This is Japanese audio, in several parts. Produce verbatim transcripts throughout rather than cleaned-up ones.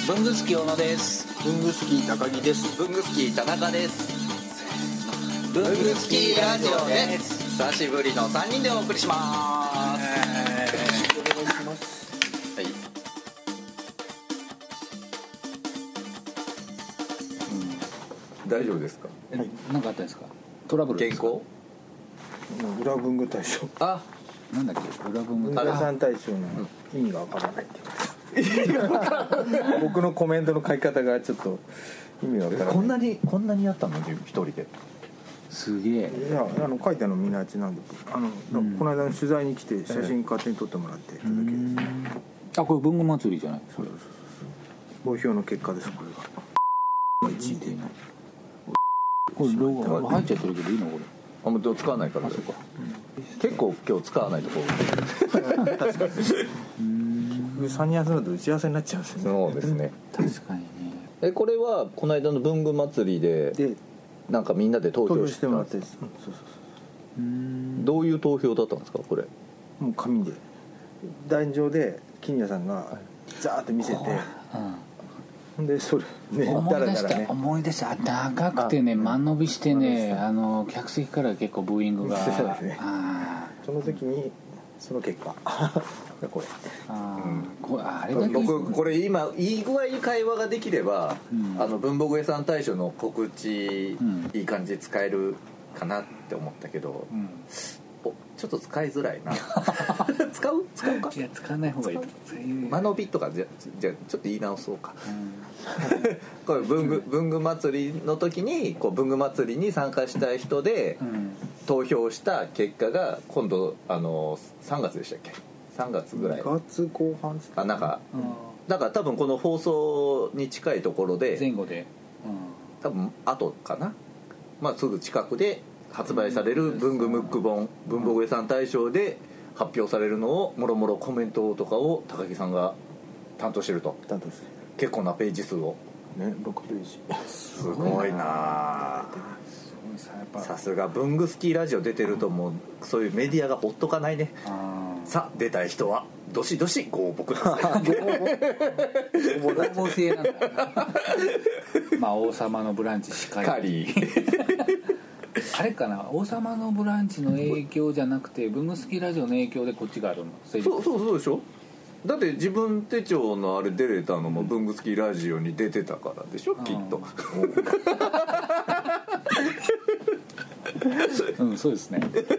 文具好き小野です。 文具好き高木です。 文具好き田中です。 文具好きラジオです。 久しぶりのさんにんでお送りします。 よろしくお願いします。 はい、うん、大丈夫ですか？ はい、何かあったんですか？トラブルですか？ 健康？ 裏文具大賞。 あ、 なんだっけ？裏文具文具屋さん大賞の意味がわからないって僕のコメントの書き方がちょっと意味がわからない。 こんなにこんなにやったの一人で。 すげえ。 いや、あの書いたのみなちなんで、あの、うん、この間の取材に来て写真勝手に撮ってもらっていただけです。 あ、これ文具祭りじゃない？ そうそうそうそう。投票の結果です。これがいちいで。 これロゴ入っちゃってるけどいいのこれ？ あ、もう使わないから。そうか、うん、結構今日使わないところ確かにさんにん集まると打ち合わせになっちゃうんですよね。 そうですね確かにね。 え、これはこの間の文具祭りででなんかみんなで投票してもらって、うん、そうそうそう。 うーん、 どういう投票だったんですかこれ？ もう紙で壇上で金谷さんがザーッと見せて、うん、でそれね、 思い出した、 だらだらね、 思い出した。長くてね、間延びしてね、あの客席から結構ブーイングが。 そうですね。 あ、 その時にその結果これ。 あ、 うん、 これあれだけ僕これ今いい具合に会話ができれば、うん、あの文房具屋さん大賞の告知、うん、いい感じで使えるかなって思ったけど、うん、おちょっと使いづらいな使う使うか。 いや、使わない方がいい。 間延びとかじゃじゃちょっと言い直そうか、うん、これ文具文具祭りの時にこう文具祭りに参加したい人で、うん、投票した結果が今度あのさんがつでしたっけ？さんがつぐらい、 にがつこう半あ、なんか、うん、だから多分この放送に近いところで前後で、うん、 多分後かな、まあ、すぐ近くで発売される文具ムック本文房具屋さん大賞で発表されるのをもろもろコメントとかを高木さんが担当してると。 担当してる。 結構なページ数をね、ろくページ。 すごいな。さすが文具好きラジオ出てるともうそういうメディアがほっとかないね。さあ出たい人はどしどしご応募ください。 ご応募制なんだまあ王様のブランチしかりあれかな、王様のブランチの影響じゃなくて文具好きラジオの影響でこっちがあるの？ そうそうそうでしょ。だって自分手帳のあれ出れたのも文具好きラジオに出てたからでしょ、うん、きっとうん、そうですね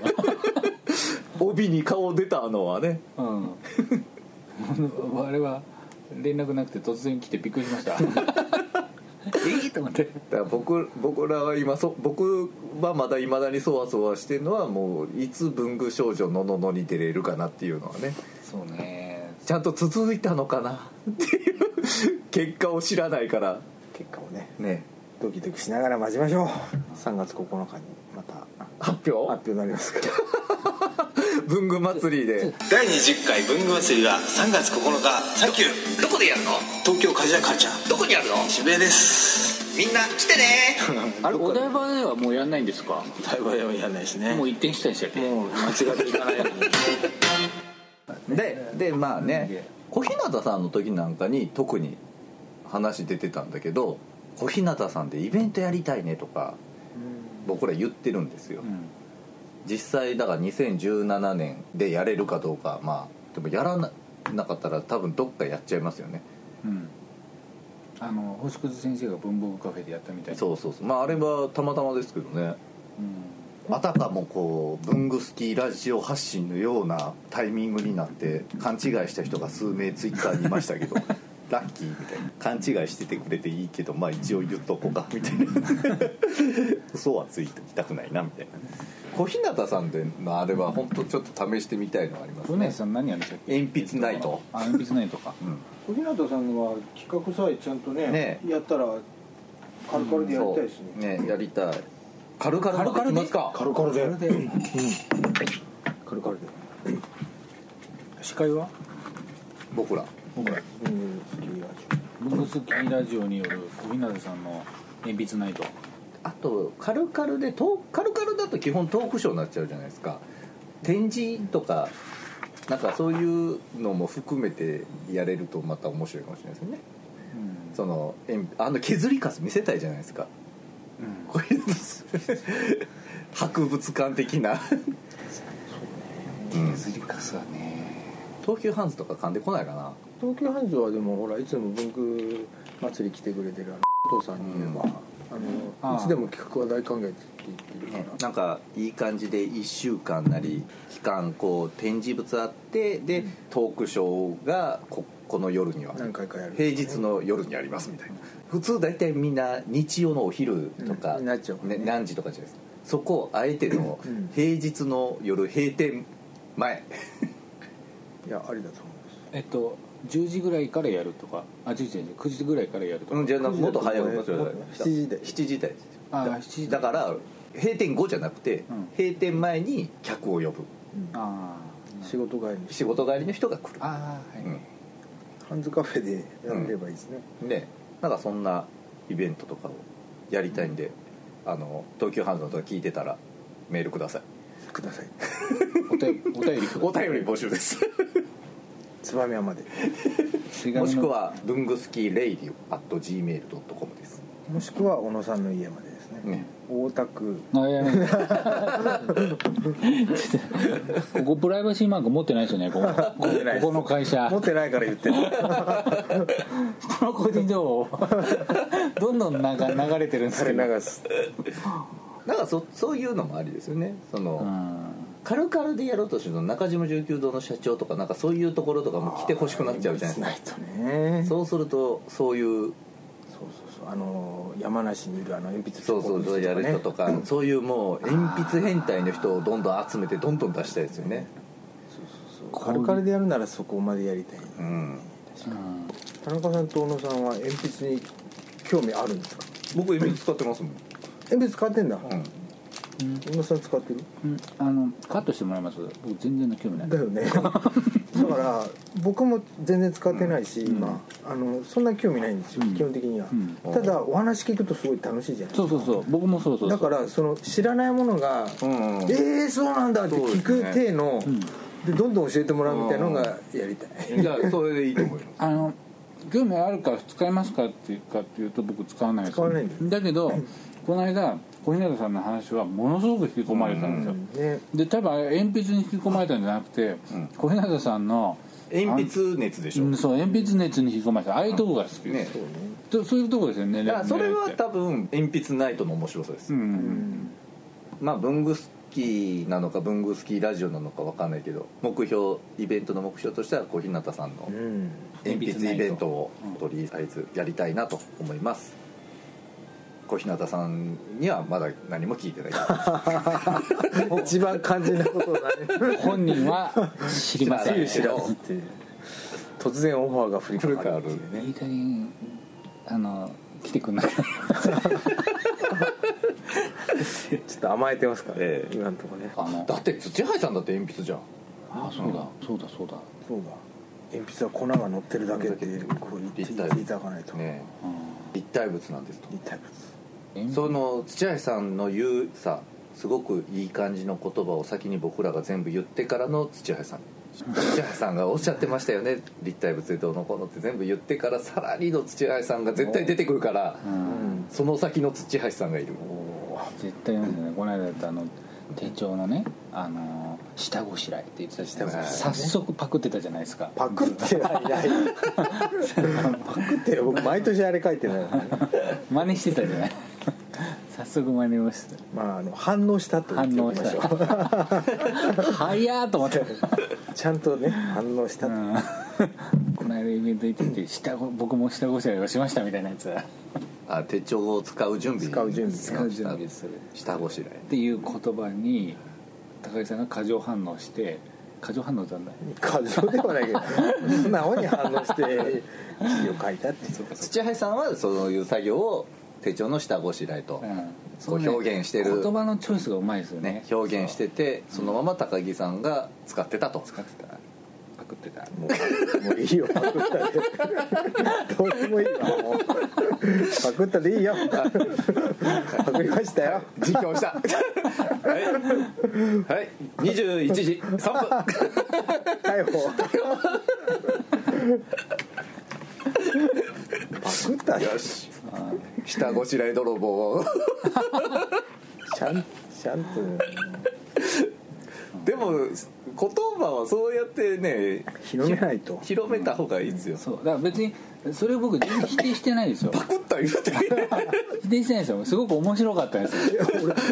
帯に顔出たのはね、うん、 あれは連絡なくて突然来てびっくりしましたええと思って。 だから 僕, 僕らは今そ僕はまだいまだにそわそわしてるのはもういつ文具少女のののに出れるかなっていうのはね。 そうね、 ちゃんと続いたのかなっていう結果を知らないから、 結果をねねドキドキしながら待ちましょう。さんがつここのかにまた発表発表になりますから文具祭りでだいにじゅっかい文具祭りがさんがつここのか、サンキュー。どこでやるの？東京カジュアカルチャー。どこにあるの？渋谷です。みんな来てねあれ、お台場ではもうやんないんですか？ お台場ではやんないですね。 もう一転したりしたっけ？ もう間違っていかないようにででまあね、小日向さんの時なんかに特に話出てたんだけど、小日向さんでイベントやりたいねとか僕ら言ってるんですよ、うん、実際だからにせんじゅうななねんでやれるかどうか、まあでもやら な, なかったら多分どっかやっちゃいますよね、 うん、あの星屑先生が文房具カフェでやったみたいな。 そうそうそう、まああれはたまたまですけどね、うん、あたかもこう文具好きラジオ発信のようなタイミングになって勘違いした人が数名ツイッターにいましたけどラッキーみたいな、勘違いしててくれていいけどまあ一応言っとこうかみたいな嘘はついてきたくないなみたいな。小日向さんでのあれは本当ちょっと試してみたいのありますね。 小日向さん何やるんでしたっけ？ 鉛筆ナイト。 あ、鉛筆ナイトか、 うん、小日向さんは企画さえちゃんと ね, ねやったらカルカルでやりたいですね、 うん、ねやりたい。カルカルでできますか？ カルカルで、うん、カルカルで司会は僕ら僕ら文具好きラジオによる小日向さんの鉛筆ナイト。 あとカルカルでトカルカルだと基本トークショーになっちゃうじゃないですか。展示とかなんかそういうのも含めてやれるとまた面白いかもしれないですね、 うんそのあの削りカス見せたいじゃないですか、うん、こういう博物館的なそうね、削りカスはね、 東急ハンズとか噛んでこないかな。 東急ハンズはでもほらいつも文具祭り来てくれてるあのお父さんに言えば、うん、あのいつでも企画は大歓迎って言ってるから、 ね、なんかいい感じでいっしゅうかんなり期間こう展示物あってで、うん、トークショーが こ, この夜には何回かやる、 平日の夜にありますみたいな、普通大体みんな日曜のお昼とか、 うん、なっちゃうね、 何時とかじゃないですか。そこあえての平日の夜閉店前いやありだと思います。 えっとじゅうじぐらいからやるとか、あじゅうじじゃないくじぐらいからやるとか、 うん、じゃあもっと早くしちじ台しちじ台です。 あしちじだから閉店後じゃなくて、うん、閉店前に客を呼ぶ、うん、 あ仕事帰り仕事帰りの人が来る。 あ、はい、うん、 ハンズカフェでやればいいですね、 うん、ね、なんかそんなイベントとかをやりたいんで、うん、あの東急ハンズのとか聞いてたらメールくださいくださいお便りお便りお便り募集ですつばみ屋までもしくは文具スキーレイディオ アットジーメールドットコム です。 もしくは小野さんの家までですね、ね、大田区あやめここプライバシーマーク持ってないですよね、ここ、ここの会社持ってないから言ってる人の個人情報どんどんなんか流れてるんですけど流すなんか そ, そういうのもありですよね。その、うん、カルカルでやろうとするの中島じゅうきゅう堂の社長とかなんかそういうところとかも来てほしくなっちゃうじゃないですか。ね、そうするとそういうそうそうそうあの山梨にいるあの鉛筆そうそうそうやる人とか、うん、そういうもう鉛筆変態の人をどんどん集めてどんどん出したいですよね。 そうそうそうカルカルでやるならそこまでやりたい、うん、確かに、うん、田中さんと小野さんは鉛筆に興味あるんですか？ 僕鉛筆使ってますもん。 鉛筆使ってんだ。うん。小野さん使ってる？ うん、あのカットしてもらいます。僕全然の興味ない。 だよね。だから僕も全然使ってないし、うん、今あのそんな興味ないんですよ、うん、基本的には、うん、ただお話聞くとすごい楽しいじゃないですか。 そうそうそう僕もそうそうだからその知らないものが、うん、えーそうなんだって聞く体の、ね、でどんどん教えてもらうみたいなのがやりたい。 じゃあそれでいいと思います。 あの興味あるから使いますかっていうかっていうと僕使わないです。 使わないんだ。 だけどこの間小日向さんの話はものすごく引き込まれたんですよ、うんね、で多分鉛筆に引き込まれたんじゃなくて、うん、小日向さんの鉛筆熱でしょ。 そう鉛筆熱に引き込まれたああいうとこが好きです、ね、そうね、そういうとこですよね。 だからそれは多分鉛筆ナイトの面白さです、うんうん、まあ文具スキーなのか文具スキーラジオなのか分かんないけど目標イベントの目標としては小日向さんの鉛筆イベントをとりあえずやりたいなと思います。小日向さんにはまだ何も聞いてない一番肝心なことを何本人は知りません。 知らずって突然オファーが降りかかるっていうね。 いい加減あの来てくんないちょっと甘えてますからね、ええ、今のところね。 あのだって土橋さんだって鉛筆じゃん。 ああそうだ、うん、そうだそうだそうだ鉛筆は粉が乗ってるだけってこう言っていただかないと、ね、 うん、立体物なんですと。 立体物その土橋さんの言うさすごくいい感じの言葉を先に僕らが全部言ってからの土橋さん土橋さんがおっしゃってましたよね立体物でどうのこうのって全部言ってからさらにの土橋さんが絶対出てくるから、うん、その先の土橋さんがいる。 絶対いますね。この間だったあの手帳のねあの下ごしらえって言ってたじゃないですか。早速パクってたじゃないですか。 パクってはいないパクって僕毎年あれ書いてない真似してたじゃない早速真似をして、 まあ、あの反応したと言っておきましょう。 早ーと思ってちゃんとね反応したと、うん、 この間イベント行ってて下ご僕も下ごしらえをしましたみたいなやつ。 あ手帳を使う準備使う準備使う準備する下ごしらえっていう言葉に高木さんが過剰反応して過剰反応だんだ過剰ではないけど素直に反応して字を書いたって土橋さんはそういう作業を手帳の下ごしらえと、うん、こう表現してる、 ね、言葉のチョイスがうまいですよ ね, ね表現してて そ, そのまま高木さんが使ってたと使ってたパクってたも う, もういいよパクったでどうでもいいわもうパクったでいいよパクりましたよ実況したはい、はい、にじゅういちじさんぷん逮捕パクったよし下ごしらえ泥棒をちゃんちゃんとでも言葉はそうやってね広めないと広めた方がいいですよ、 そうだから別にそれを僕全然否定してないですよパクった言うて否定してないですよ。すごく面白かったですよ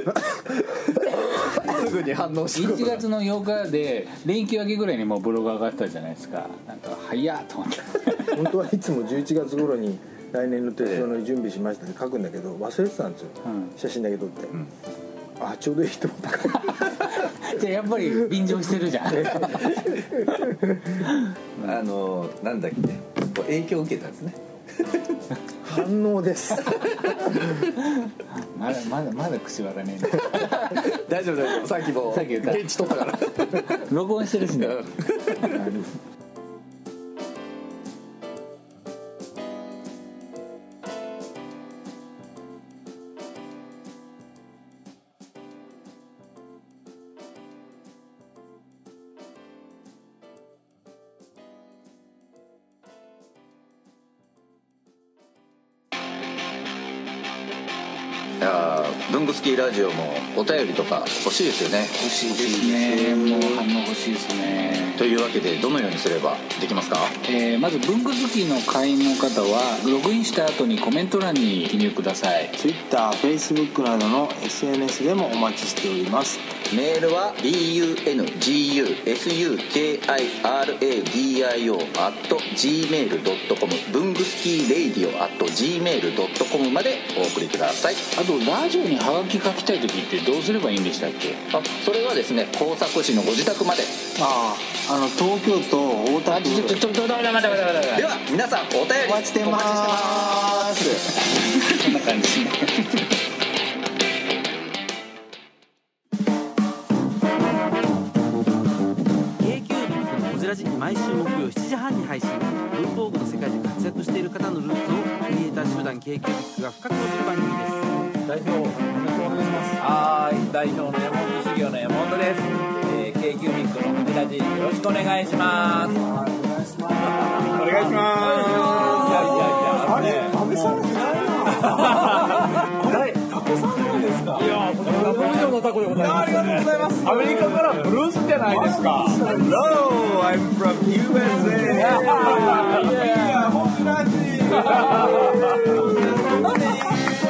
すぐに反応していちがつのようかで連休明けぐらいにもうブログ上がってたじゃないですか。なんか早っと思って本当はいつもじゅういちがつ頃に来年の鉄道の準備しましたって書くんだけど忘れてたんですよ、うん、写真だけ撮って、うん、あちょうどいいと思ったじゃあやっぱり便乗してるじゃんあのなんだっけ影響を受けたんですね反応ですまだまだまだ口割らねえ大丈夫大丈夫さっきも現地取ったから録音してるしねいや文具スキーラジオもお便りとか欲しいですよね。 欲しいですね。もう反応欲しいですね。 というわけでどのようにすればできますか？ えー、まず文具好きの会員の方はログインした後にコメント欄に記入ください。 Twitter、Facebook などの エスエヌエス でもお待ちしております。 メールは ビーユーエヌジーユーエスユーケーアイアールエーディーアイオー アット ジーメールドットコム 文具スキーレイディオ アット ジーメールドットコム までお送りください。 あとラジオにハガキ書きたい時ってどうすればいいんでしたっけ？ あ、それはですね工作士のご自宅まで。 ああ、あの東京都大田区。 ちょっとちょっと待って待って待って待って。 では皆さんお便りお待ちしてまーす。 こんな感じですね。 毎週木曜しちじはんに配信。文房具の世界で活躍している方のルーツをクリエイター集団 K-キュービックが深く落ちる番組です。 代表お願いします。はい、代表の山本修行の山本です。えー、K-キュービックのフジラジよろしくお願いします。お願いします。お願いします。いやいやいや、あれ安倍さんいないな。誰？タコさんなんですか？いや、こちらタコ以上のタコでございます、ね。ありがとうございます。アメリカからブルースじゃないですか。Hello, I'm from ユーエスエー. Yeah, フジラジ。